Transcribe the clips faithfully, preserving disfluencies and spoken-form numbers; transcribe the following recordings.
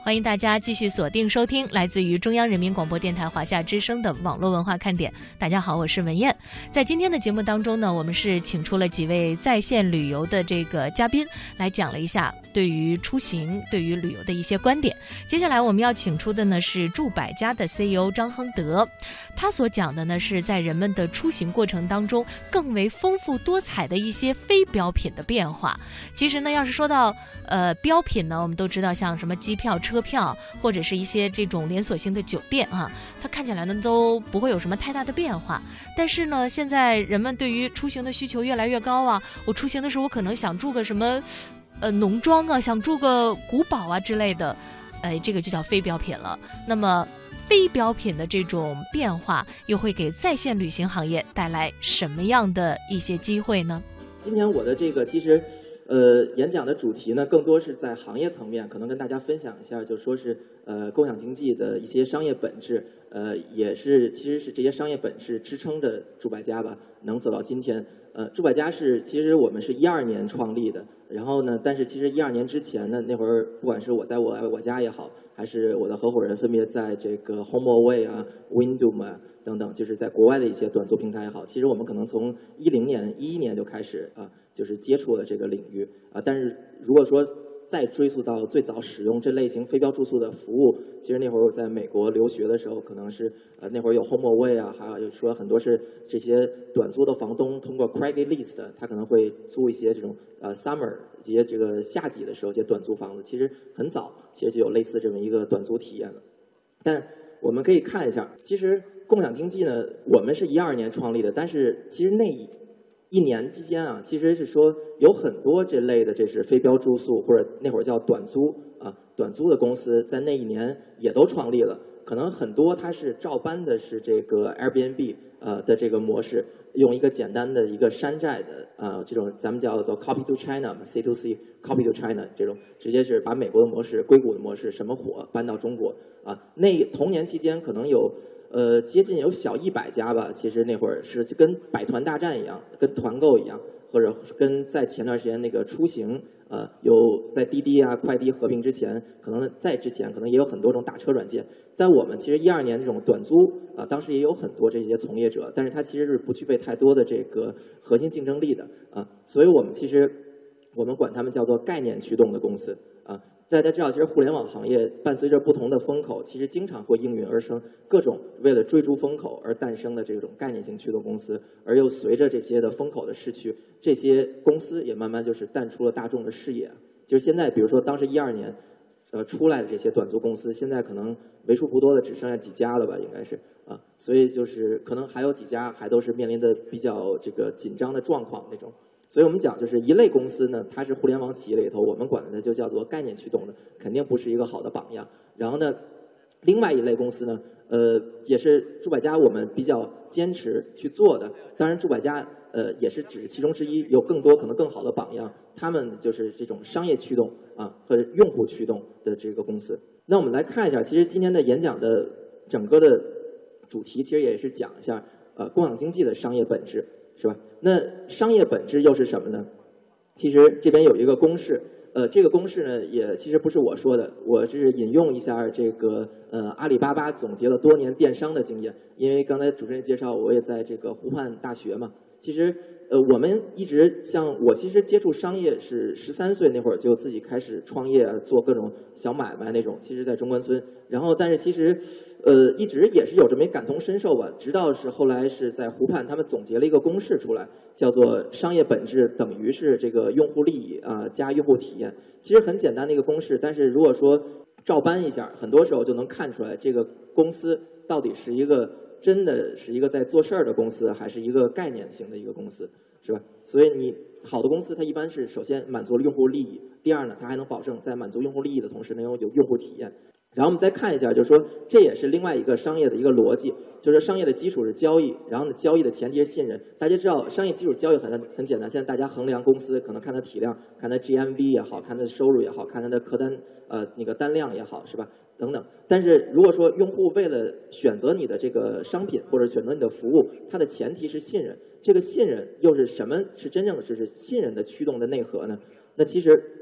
欢迎大家继续锁定收听来自于中央人民广播电台华夏之声的网络文化看点。大家好，我是文燕。在今天的节目当中呢，我们是请出了几位在线旅游的这个嘉宾，来讲了一下对于出行、对于旅游的一些观点。接下来我们要请出的呢是住百家的 C E O 张亨德，他所讲的呢是在人们的出行过程当中更为丰富多彩的一些非标品的变化。其实呢，要是说到呃标品呢，我们都知道像什么机票、车票，或者是一些这种连锁性的酒店啊，它看起来呢都不会有什么太大的变化。但是呢，现在人们对于出行的需求越来越高啊，我出行的时候我可能想住个什么呃农庄啊，想住个古堡啊之类的，哎，这个就叫非标品了。那么非标品的这种变化又会给在线旅行行业带来什么样的一些机会呢？ 今天我的这个其实呃，演讲的主题呢，更多是在行业层面，可能跟大家分享一下，就说是呃，共享经济的一些商业本质，呃，也是其实是这些商业本质支撑着住百家吧，能走到今天。呃，住百家是其实我们是一二年创立的，然后呢，但是其实一二年之前呢，那会儿不管是我在我我家也好，还是我的合伙人分别在这个 HomeAway 啊、Wyndham 啊等等，就是在国外的一些短租平台也好，其实我们可能从一零年、一一年就开始啊。就是接触了这个领域啊，但是如果说再追溯到最早使用这类型非标住宿的服务，其实那会儿我在美国留学的时候，可能是呃那会儿有 HomeAway 啊，还有说很多是这些短租的房东通过 Craigslist， 他可能会租一些这种呃 summer 一些这个夏季的时候一些短租房子，其实很早其实就有类似这么一个短租体验了。但我们可以看一下，其实共享经济呢，我们是一二年创立的，但是其实那一一年之间啊，其实是说有很多这类的，这是非标住宿或者那会儿叫短租啊，短租的公司在那一年也都创立了。可能很多它是照搬的是这个 Airbnb 呃的这个模式，用一个简单的一个山寨的呃这种咱们叫做 copy to China、C to C copy to China 这种，直接是把美国的模式、硅谷的模式什么火搬到中国啊。那同年期间可能有。呃，接近有小一百家吧。其实那会儿是跟百团大战一样，跟团购一样，或者跟在前段时间那个出行，呃，有在滴滴啊、快滴合并之前，可能在之前可能也有很多种打车软件。在我们其实一二年这种短租啊、呃，当时也有很多这些从业者，但是它其实是不具备太多的这个核心竞争力的啊、呃，所以我们其实我们管他们叫做概念驱动的公司啊。呃大家知道，其实互联网行业伴随着不同的风口，其实经常会应运而生各种为了追逐风口而诞生的这种概念性驱动公司，而又随着这些的风口的逝去，这些公司也慢慢就是淡出了大众的视野。就是现在，比如说当时一二年，呃出来的这些短租公司，现在可能为数不多的只剩下几家了吧，应该是啊，所以就是可能还有几家还都是面临的比较这个紧张的状况那种。所以我们讲，就是一类公司呢，它是互联网企业里头，我们管的就叫做概念驱动的，肯定不是一个好的榜样。然后呢，另外一类公司呢，呃，也是住百家我们比较坚持去做的。当然，住百家呃也是指其中之一，有更多可能更好的榜样。他们就是这种商业驱动啊和用户驱动的这个公司。那我们来看一下，其实今天的演讲的整个的主题，其实也是讲一下呃共享经济的商业本质。是吧？那商业本质又是什么呢？其实这边有一个公式，呃，这个公式呢也其实不是我说的，我是引用一下这个呃阿里巴巴总结了多年电商的经验。因为刚才主持人介绍，我也在这个湖畔大学嘛，其实呃我们一直像我其实接触商业是十三岁那会儿就自己开始创业做各种小买卖那种，其实在中关村，然后但是其实。呃，一直也是有这么一感同身受吧，直到是后来是在湖畔，他们总结了一个公式出来，叫做商业本质等于是这个用户利益啊、呃、加用户体验。其实很简单的一个公式，但是如果说照搬一下，很多时候就能看出来这个公司到底是一个真的是一个在做事儿的公司，还是一个概念型的一个公司，是吧？所以你好的公司，它一般是首先满足了用户利益，第二呢，它还能保证在满足用户利益的同时，能有有用户体验。然后我们再看一下，就是说这也是另外一个商业的一个逻辑，就是商业的基础是交易，然后呢，交易的前提是信任。大家知道，商业基础交易很很简单，现在大家衡量公司，可能看它体量，看它 G M V 也好，看它的收入也好，看它的客单呃那个单量也好，是吧？等等。但是如果说用户为了选择你的这个商品或者选择你的服务，它的前提是信任。这个信任又是什么？是真正是是信任的驱动的内核呢？那其实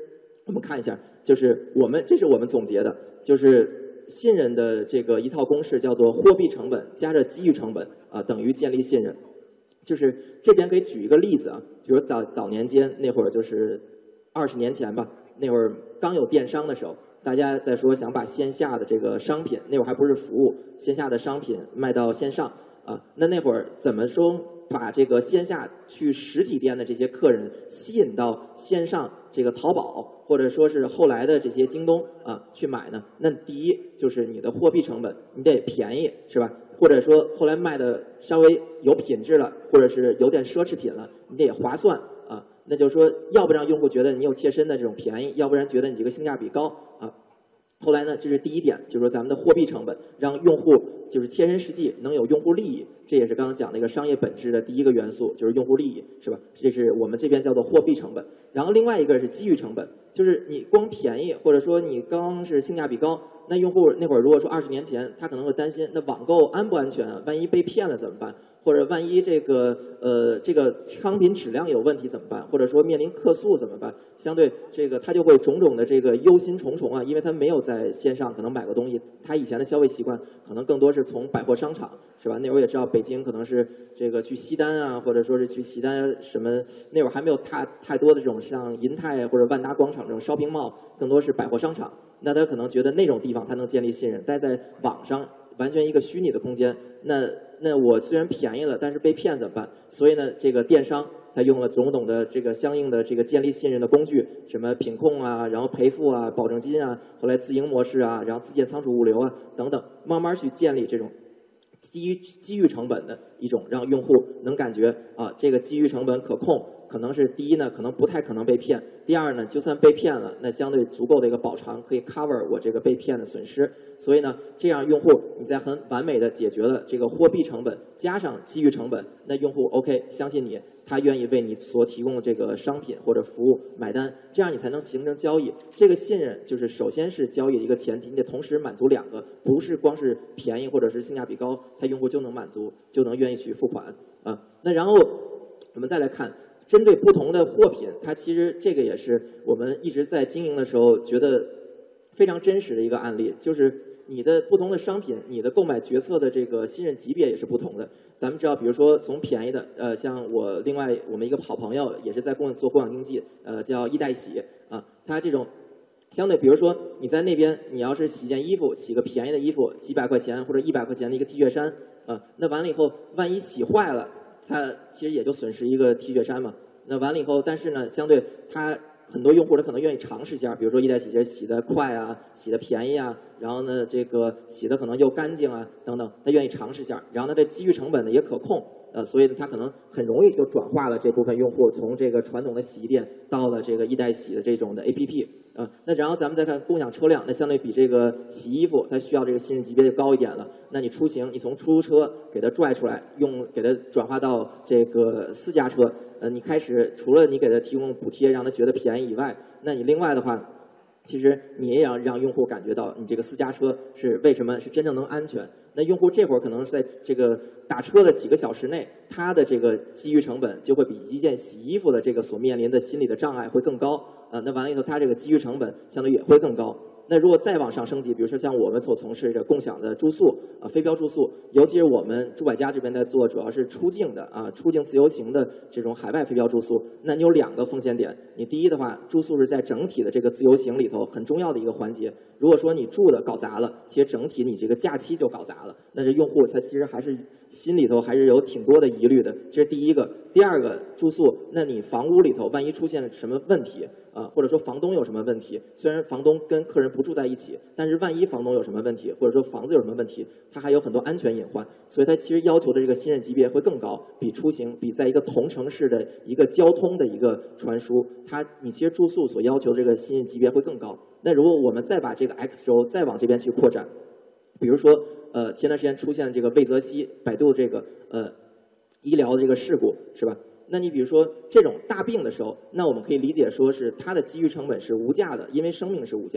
我们看一下，就是我们这是我们总结的，就是信任的这个一套公式叫做货币成本加上机遇成本啊、呃、等于建立信任。就是这边可以举一个例子啊，比如早早年间那会儿，就是二十年前吧，那会儿刚有电商的时候，大家在说想把线下的这个商品，那会儿还不是服务，线下的商品卖到线上啊，那那会儿怎么说把这个线下去实体店的这些客人吸引到线上这个淘宝或者说是后来的这些京东啊去买呢？那第一就是你的货币成本，你得便宜是吧？或者说后来卖的稍微有品质了，或者是有点奢侈品了，你得划算啊。那就是说，要不让用户觉得你有切身的这种便宜，要不然觉得你这个性价比高啊。后来呢，这是第一点，就是说咱们的货币成本，让用户就是切身实际能有用户利益，这也是刚刚讲那个商业本质的第一个元素，就是用户利益，是吧？这是我们这边叫做货币成本。然后另外一个是机遇成本，就是你光便宜，或者说你刚是性价比高，那用户那会儿如果说二十年前，他可能会担心，那网购安不安全啊？万一被骗了怎么办？或者万一这个呃这个商品质量有问题怎么办？或者说面临客诉怎么办？相对这个他就会种种的这个忧心忡忡啊，因为他没有在线上可能买过东西，他以前的消费习惯可能更多是从百货商场，是吧？那会儿也知道北京可能是这个去西单啊，或者说是去西单什么，那会儿还没有太太多的这种像银泰或者万达广场这种 shopping mall，更多是百货商场。那他可能觉得那种地方他能建立信任，但在网上完全一个虚拟的空间，那那我虽然便宜了，但是被骗怎么办？所以呢，这个电商它用了种种的这个相应的这个建立信任的工具，什么品控啊，然后赔付啊，保证金啊，后来自营模式啊，然后自建仓储物流啊等等，慢慢去建立这种基于机遇成本的一种，让用户能感觉啊，这个机遇成本可控。可能是第一呢，可能不太可能被骗；第二呢，就算被骗了，那相对足够的一个补偿可以 cover 我这个被骗的损失。所以呢，这样用户你在很完美的解决了这个货币成本加上机遇成本，那用户 OK 相信你，他愿意为你所提供的这个商品或者服务买单，这样你才能形成交易。这个信任就是首先是交易的一个前提，你得同时满足两个，不是光是便宜或者是性价比高，他用户就能满足，就能愿意去付款啊。那然后我们再来看。针对不同的货品，它其实这个也是我们一直在经营的时候觉得非常真实的一个案例，就是你的不同的商品，你的购买决策的这个信任级别也是不同的。咱们知道，比如说从便宜的，呃，像我另外我们一个好朋友也是在共做共享经济，呃，叫易代洗啊，他这种相对，比如说你在那边，你要是洗件衣服，洗个便宜的衣服，几百块钱或者一百块钱的一个 T 恤衫啊，那完了以后，万一洗坏了。它其实也就损失一个 T 恤衫嘛。那完了以后，但是呢，相对它很多用户他可能愿意尝试一下，比如说一代洗洁洗得快啊，洗得便宜啊，然后呢，这个洗得可能又干净啊，等等，他愿意尝试一下。然后呢，这机遇成本呢也可控，呃，所以呢，他可能很容易就转化了这部分用户从这个传统的洗衣店到了这个一代洗的这种的 A P P。啊，那然后咱们再看共享车辆，那相对比这个洗衣服，它需要这个信任级别就高一点了。那你出行，你从出租车给它拽出来，用给它转化到这个私家车，呃，你开始除了你给它提供补贴，让它觉得便宜以外，那你另外的话，其实你也要让用户感觉到你这个私家车是为什么是真正能安全。那用户这会儿可能是在这个打车的几个小时内，他的这个机遇成本就会比一件洗衣服的这个所面临的心理的障碍会更高。啊，那完了以后，它这个机遇成本相对也会更高。那如果再往上升级，比如说像我们所从事的共享的住宿啊，非标住宿，尤其是我们住百家这边在做，主要是出境的啊，出境自由行的这种海外非标住宿。那你有两个风险点，你第一的话，住宿是在整体的这个自由行里头很重要的一个环节。如果说你住的搞砸了，其实整体你这个假期就搞砸了，那这用户他其实还是心里头还是有挺多的疑虑的。这是第一个。第二个，住宿，那你房屋里头万一出现什么问题？啊，或者说房东有什么问题？虽然房东跟客人不住在一起，但是万一房东有什么问题，或者说房子有什么问题，它还有很多安全隐患，所以它其实要求的这个信任级别会更高，比出行，比在一个同城市的一个交通的一个传输，它你其实住宿所要求的这个信任级别会更高。那如果我们再把这个 X 轴再往这边去扩展，比如说呃前段时间出现的这个魏则西百度这个呃医疗的这个事故，是吧？那你比如说这种大病的时候，那我们可以理解说是它的机遇成本是无价的，因为生命是无价的。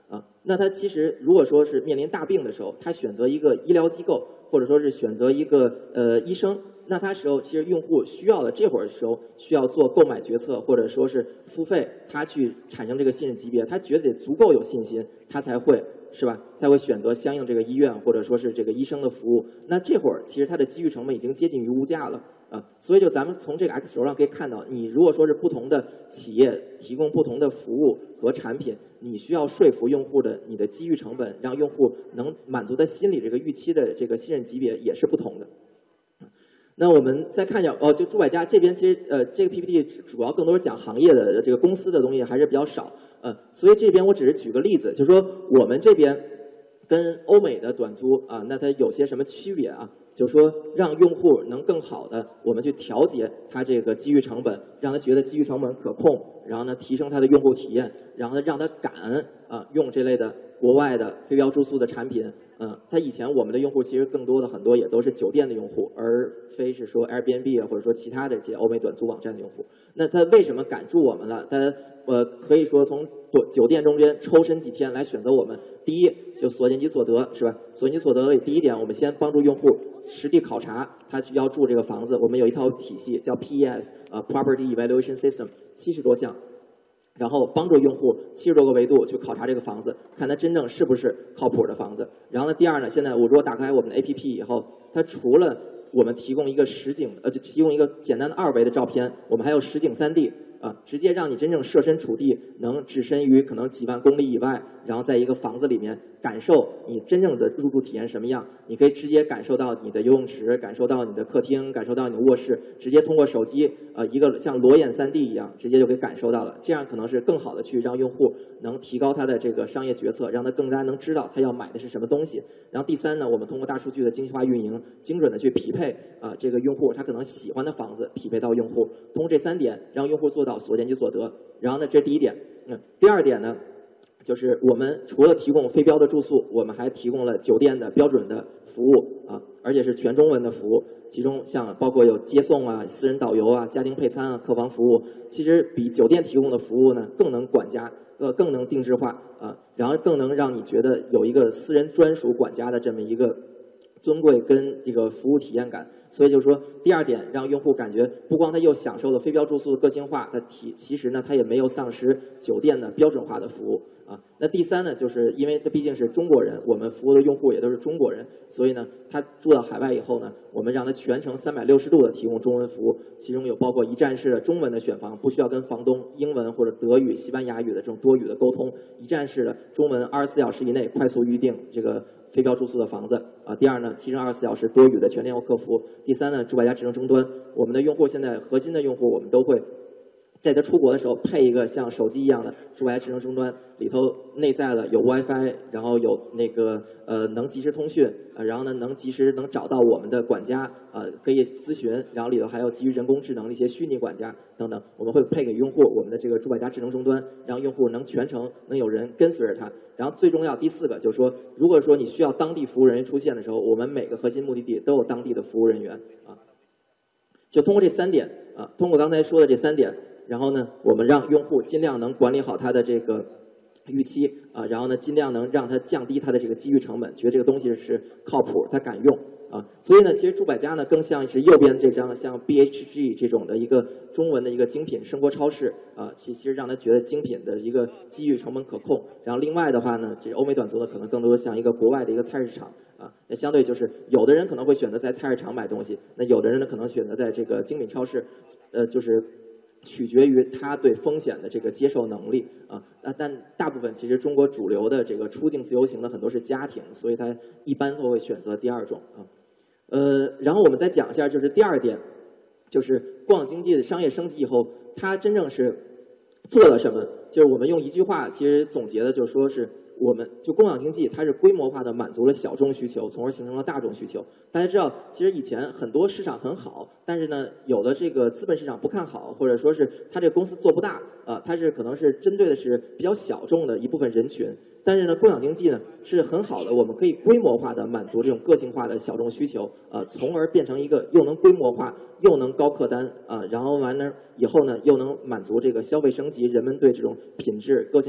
啊。那他其实如果说是面临大病的时候，他选择一个医疗机构，或者说是选择一个呃医生，那他时候其实用户需要的这会儿时候需要做购买决策，或者说是付费，他去产生这个信任级别，他觉得得足够有信心，他才会是吧？才会选择相应这个医院或者说是这个医生的服务。那这会儿其实它的机遇成本已经接近于无价了啊。所以就咱们从这个 X 轴上可以看到，你如果说是不同的企业提供不同的服务和产品，你需要说服用户的你的机遇成本，让用户能满足他心里这个预期的这个信任级别也是不同的。那我们再看一下哦，就猪百家这边，其实呃，这个 P P T 主要更多是讲行业的这个公司的东西还是比较少，呃，所以这边我只是举个例子，就是说我们这边跟欧美的短租啊，那它有些什么区别啊？就是说让用户能更好的我们去调节它这个机遇成本，让他觉得机遇成本可控，然后呢提升他的用户体验，然后呢让他敢啊用这类的国外的非标住宿的产品。嗯，他以前我们的用户其实更多的很多也都是酒店的用户，而非是说 Airbnb 啊或者说其他的一些欧美短租网站的用户。那他为什么敢住我们了？他呃可以说从酒店中间抽身几天来选择我们。第一，就所见即所得，是吧？所见即所得里第一点，我们先帮助用户实地考察他需要住这个房子，我们有一套体系叫 P E S 呃 Property Evaluation System， 七十多项。然后帮助用户七十多个维度去考察这个房子，看它真正是不是靠谱的房子。然后呢，第二呢，现在我如果打开我们的 A P P 以后，它除了我们提供一个实景，呃，就提供一个简单的二维的照片，我们还有实景三 D 啊，直接让你真正设身处地，能置身于可能几万公里以外，然后在一个房子里面感受你真正的入住体验什么样。你可以直接感受到你的游泳池，感受到你的客厅，感受到你的卧室，直接通过手机，呃，一个像裸眼三 D 一样，直接就可以感受到了。这样可能是更好的去让用户能提高他的这个商业决策，让他更加能知道他要买的是什么东西。然后第三呢，我们通过大数据的精细化运营，精准的去匹配啊、呃、这个用户他可能喜欢的房子，匹配到用户。通过这三点，让用户做到所见即所得。然后呢，这是第一点。嗯，第二点呢，就是我们除了提供非标的住宿，我们还提供了酒店的标准的服务啊，而且是全中文的服务。其中像包括有接送啊、私人导游啊、家庭配餐啊、客房服务，其实比酒店提供的服务呢更能管家，呃，更能定制化啊，然后更能让你觉得有一个私人专属管家的这么一个尊贵跟这个服务体验感。所以就是说，第二点，让用户感觉不光他又享受了非标住宿的个性化，他体其实呢，他也没有丧失酒店的标准化的服务啊。那第三呢，就是因为他毕竟是中国人，我们服务的用户也都是中国人，所以呢，他住到海外以后呢，我们让他全程三百六十度的提供中文服务，其中有包括一站式的中文的选房，不需要跟房东英文或者德语、西班牙语的这种多语的沟通，一站式的中文，二十四小时以内快速预定这个非标住宿的房子啊。第二呢，七乘二十四小时多语的全天候客服。第三呢，猪百家智能终端，我们的用户现在核心的用户，我们都会在他出国的时候配一个像手机一样的猪百家智能终端，里头内在的有 WiFi， 然后有那个呃能及时通讯，呃然后呢能及时能找到我们的管家，呃可以咨询，然后里头还有基于人工智能的一些虚拟管家等等，我们会配给用户我们的这个猪百家智能终端，让用户能全程能有人跟随着他。然后最重要第四个就是说，如果说你需要当地服务人员出现的时候，我们每个核心目的地都有当地的服务人员啊。就通过这三点啊，通过刚才说的这三点，然后呢，我们让用户尽量能管理好他的这个预期啊，然后呢，尽量能让他降低他的这个机遇成本，觉得这个东西是靠谱，他敢用啊。所以呢，其实猪百家呢更像是右边这张像 B H G 这种的一个中文的一个精品生活超市啊，其其实让他觉得精品的一个机遇成本可控。然后另外的话呢，这欧美短租呢可能更多像一个国外的一个菜市场。啊，那相对就是有的人可能会选择在菜市场买东西，那有的人呢可能选择在这个精品超市，呃，就是取决于他对风险的这个接受能力啊。那但大部分其实中国主流的这个出境自由行的很多是家庭，所以他一般都会选择第二种啊。呃，然后我们再讲一下，就是第二点，就是共享经济的商业升级以后，它真正是做了什么？就是我们用一句话其实总结的，就是说是。我们就共享经济，它是规模化的满足了小众需求，从而形成了大众需求。大家知道，其实以前很多市场很好，但是呢，有的这个资本市场不看好，或者说是它这个公司做不大啊，它是可能是针对的是比较小众的一部分人群。但是呢，共享经济呢是很好的，我们可以规模化的满足这种个性化的小众需求，呃，从而变成一个又能规模化又能高客单啊、呃，然后完了以后呢，又能满足这个消费升级，人们对这种品质、个性化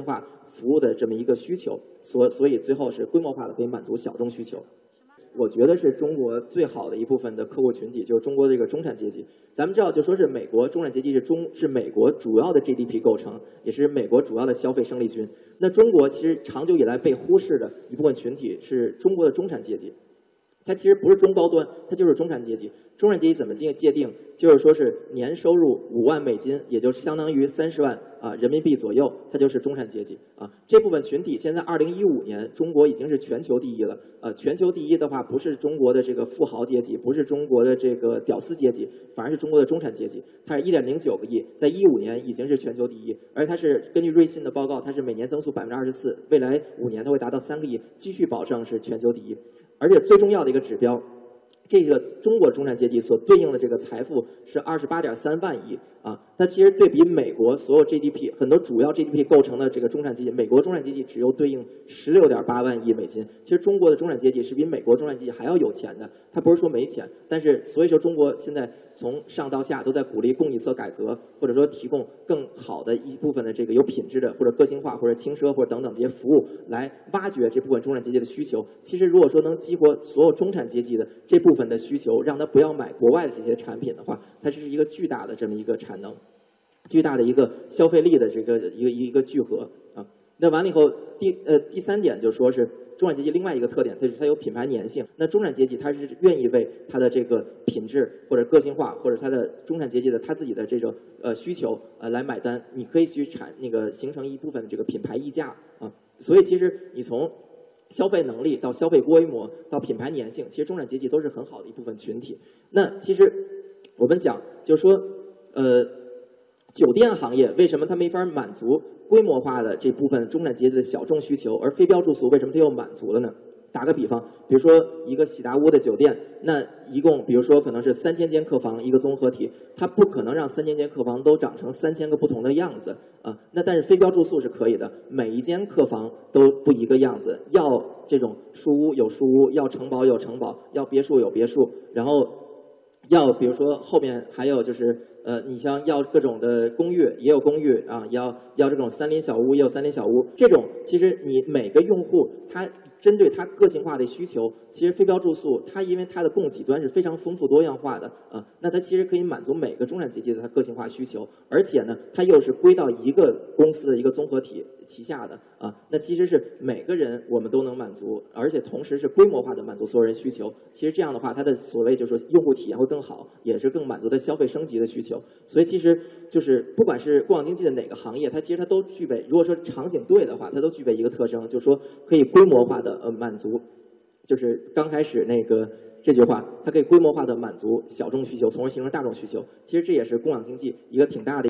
服务的这么一个需求，所所以最后是规模化的可以满足小众需求。我觉得是中国最好的一部分的客户群体，就是中国的这个中产阶级。咱们知道，就说是美国中产阶级是中是美国主要的 G D P 构成，也是美国主要的消费生力军。那中国其实长久以来被忽视的一部分群体是中国的中产阶级。它其实不是中高端，它就是中产阶级。中产阶级怎么界界定？就是说是年收入五万美金，也就相当于三十万啊人民币左右，它就是中产阶级啊。这部分群体现在二零一五年，中国已经是全球第一了。呃，全球第一的话，不是中国的这个富豪阶级，不是中国的这个屌丝阶级，反而是中国的中产阶级。它是一点零九个亿，在一五年已经是全球第一，而它是根据瑞信的报告，它是每年增速百分之二十四，未来五年它会达到三个亿，继续保证是全球第一。而且最重要的一个指标，这个中国中产阶级所对应的这个财富是二十八点三万亿啊。它其实对比美国所有 G D P 很多主要 G D P 构成的这个中产阶级，美国中产阶级只有对应十六点八万亿美金。其实中国的中产阶级是比美国中产阶级还要有钱的，它不是说没钱，但是所以说中国现在从上到下都在鼓励供给侧改革，或者说提供更好的一部分的这个有品质的或者个性化或者轻奢或者等等这些服务，来挖掘这部分中产阶级的需求。其实如果说能激活所有中产阶级的这部分的需求，让他不要买国外的这些产品的话，它是一个巨大的这么一个产能，巨大的一个消费力的这个一个一个聚合啊。那完了以后，第呃第三点就说是中产阶级另外一个特点，它是它有品牌粘性。那中产阶级他是愿意为他的这个品质或者个性化，或者他的中产阶级的他自己的这种呃需求呃来买单。你可以去产那个形成一部分的这个品牌溢价啊。所以其实你从消费能力到消费规模到品牌粘性，其实中产阶级都是很好的一部分群体。那其实我们讲就是说，呃，酒店行业为什么它没法满足规模化的这部分中产阶级的小众需求，而非标住宿为什么它又满足了呢？打个比方，比如说一个喜达屋的酒店，那一共比如说可能是三千间客房一个综合体，它不可能让三千间客房都长成三千个不同的样子啊。那但是非标住宿是可以的，每一间客房都不一个样子，要这种书屋有书屋，要城堡有城堡，要别墅有别墅，然后要比如说后面还有就是呃，你像要各种的公寓也有公寓啊，要要这种三邻小屋也有三邻小屋，这种其实你每个用户他针对他个性化的需求，其实非标住宿它因为它的供给端是非常丰富多样化的啊，那它其实可以满足每个中产阶级的它个性化需求，而且呢，它又是归到一个公司的一个综合体旗下的啊，那其实是每个人我们都能满足，而且同时是规模化的满足所有人需求。其实这样的话，它的所谓就是说用户体验会更好，也是更满足的消费升级的需求。所以其实就是不管是共享经济的哪个行业，它其实它都具备，如果说场景对的话，它都具备一个特征，就是说可以规模化的呃满足，就是刚开始那个这句话，它可以规模化的满足小众需求，从而形成大众需求。其实这也是共享经济一个挺大的